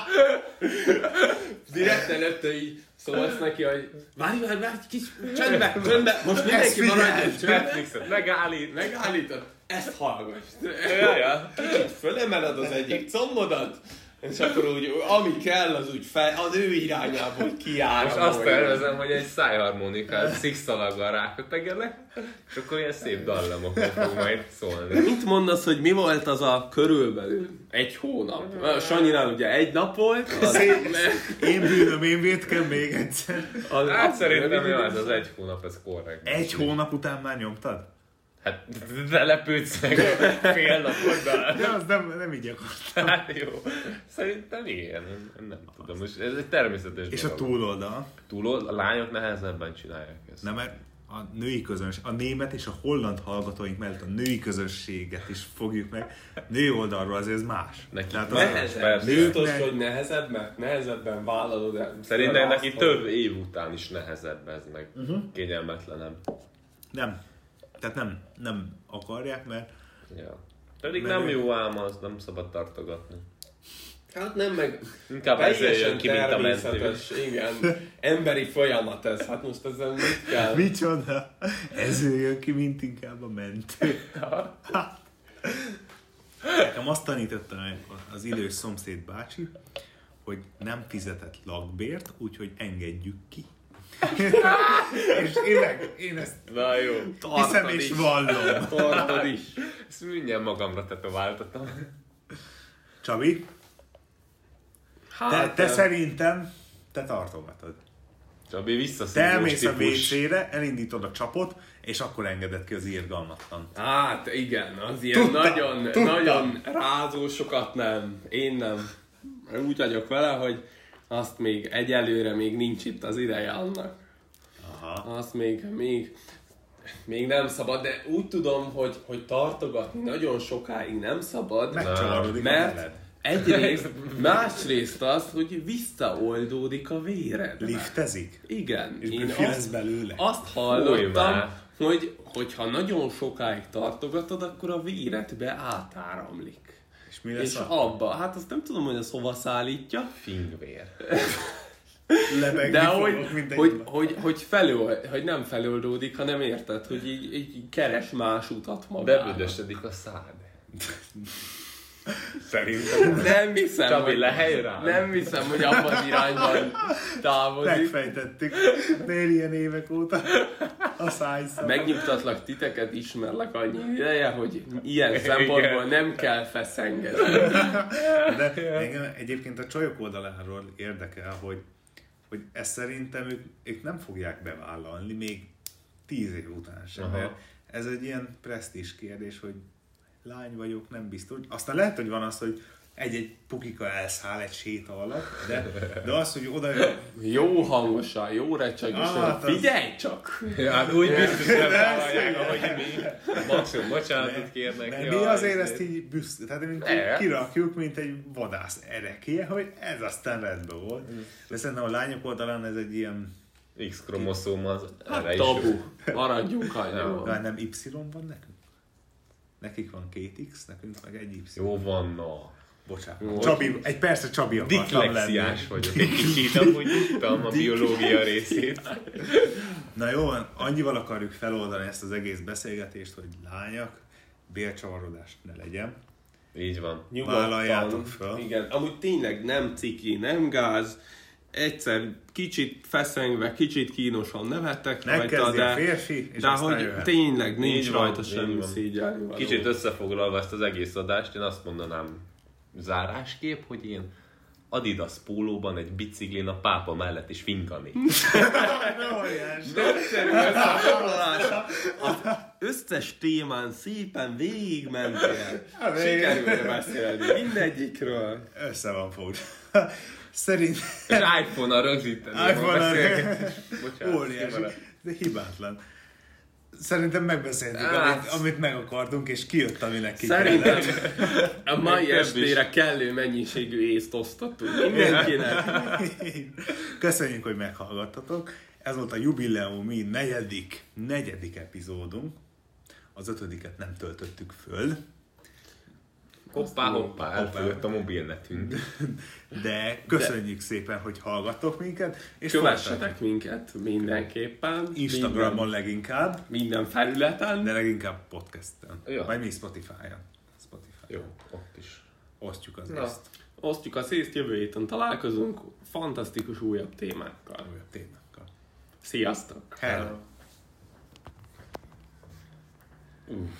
Direkt előtte így szólsz neki, hogy várj, várj, várj, kis csöndbe, csöndbe, most mindenki maradjon csöndbe. Megállít. Megállítod, ezt hallgass. Ja, ja. Kicsit fölemeled az egyik combodat, és akkor úgy, ami kell, az úgy fel, az ő irányából kiáll. Most azt tervezem, hogy egy szájharmonikát szikszalaggal rákötegelek, és akkor ilyen szép dallamokon fog majd szólni. Mit mondasz, hogy mi volt az a körülbelül egy hónap? A Sanyinál ugye egy nap volt. Az... Én bűnöm, én vétkem még egyszer. Az hát szerintem jó, ez az egy hónap, ez korrekt. Egy hónap után már nyomtad? Hát ne lepődsz meg fél napoddal. De az nem, nem így akartam. Hát jó. Szerintem igen, nem, nem tudom. Most ez egy természetes És dolog. a túloldal? Túloldal? A lányok nehezebben csinálják ezt. Nem, mert a női közönség, a német és a holland hallgatóink mellett a női közösséget is fogjuk meg. Női oldalról azért ez más. Neki Tehát nehezebb. Biztos, hogy nehezebb, mert nehezebben vállalod el. Szerintem neki több év után is nehezebb ez meg. Uh-huh. Kényelmetlenem. Nem. Tehát nem, nem akarják, mert... Ja. Pedig mert nem jó ám, az nem szabad tartogatni. Hát nem, meg inkább ezzel jön ki, mint a természetes, igen, emberi folyamat ez. Hát most ezzel mit kell? Micsoda? Ezzel jön ki, mint inkább a mentő. Nekem azt tanította az idős szomszéd bácsi, hogy nem fizetett lakbért, úgyhogy engedjük ki. És én meg, én ezt na jó. hiszem és vallom. Tartod is. Ezt mindjárt magamra tetováltatom. Csabi, hát, te, te szerintem te tartogatod. Csabi visszaszívós te elmész a típus. vé cére, elindítod a csapot, és akkor engeded ki az irgalmatlan. Hát igen, az ilyen tudtam, nagyon, tudtam. nagyon rázósokat nem. Én nem. Úgy vagyok vele, hogy azt még egyelőre még nincs itt az ideje annak. Aha. Azt még, még, még nem szabad, de úgy tudom, hogy, hogy tartogatni nagyon sokáig nem szabad, Megcsavarodik mert egyrészt, másrészt az, hogy visszaoldódik a véred. Liftezik? Igen. És Én büfi lesz azt, belőle? azt hallottam, hogy hogyha nagyon sokáig tartogatod, akkor a véredbe átáramlik. És mi lesz És a... abba, hát azt nem tudom, hogy az hova szállítja. Fingvér. Lebegni De fogok, hogy, mint egy hogy, hogy, hogy, felül, hogy nem feloldódik, hanem érted, hogy így, így keres más utat magának. Bebüdösödik a szád. Szerintem. Nem hiszem, Csabi, hogy, lehelj rá. nem hiszem, hogy abban az irányban távozik. megfejtettük. Nél ilyen évek óta a szájszal. Megnyugtatlak, titeket ismerlek annyi ideje, hogy ilyen szempontból nem kell feszengeni. De engem egyébként a csajok oldaláról érdekel, hogy, hogy ezt szerintem ők, ők nem fogják bevállalni még tíz év után sem. Aha. Mert ez egy ilyen presztízs kérdés, hogy lány vagyok, nem biztos. Aztán lehet, hogy van az, hogy egy-egy pukika elszáll egy séta alatt, de, de az, hogy oda... Jó hangosan, jó recseggesen, Ah, figyelj az... csak! Hát úgy biztos nem vállalják, ahogy mi. Maximum bocsánatot kérnek. De mi azért ezt így büsz, tehát mint kirakjuk, mint egy vadász erekie, hogy ez aztán rendben volt. De szerintem a lányok oldalán ez egy ilyen... X-kromoszóm az hát erre is. Tabu. Maradjunk annyiban. Nem Y van nekünk? Nekik van két X, nekünk meg egy Y. Jó van, na. Bocsánat. Csabi, egy persze Csabi akartam lenni. Diklexiás vagyok. Egy kicsit amúgy tudtam a biológia részét. Na jó, annyival akarjuk feloldani ezt az egész beszélgetést, hogy lányok, bélcsavarodás ne legyen. Így van. Vállaljátok fel. Igen, amúgy tényleg nem ciki, nem gáz. Egyszer kicsit feszengve, kicsit kínosan nevettek rajta, de, férfi, és de hogy jöhet. tényleg nincs Így van, rajta így semmi van. szégyelni. Kicsit összefoglalva ezt az egész adást, én azt mondanám zárásképp, hogy én Adidas pólóban egy biciklin a pápa mellett is finkani. Nagyszerű összefoglalása. Az összes témán szépen végigmentél. Sikerül beszélni mindegyikről. Össze van fogd. Szerint... És iPhone-nal rögzíteni. iPhone-nal óriási, de hibátlan. Szerintem megbeszéltük, amit, amit meg akartunk, és kijött, aminek ki Szerintem a mai estére kellő mennyiségű észt osztottunk mindenkinek. Köszönjük, hogy meghallgattatok. Ez volt a jubileumi negyedik, negyedik epizódunk. Az ötödiket nem töltöttük föl. Hoppá, hoppá, elfogyott a mobilnetünk. De köszönjük De. szépen, hogy hallgattok minket. És kövessetek folytatjuk. minket mindenképpen. Instagramon minden, leginkább. Minden felületen. De leginkább podcasten. Ja. Vagy mi Spotify-on. Spotify-on. Jó, ott is. Osztjuk az Na. észt. Osztjuk az észt, jövő héten találkozunk fantasztikus újabb témákkal. Újabb témákkal. Sziasztok! Hello! Uh.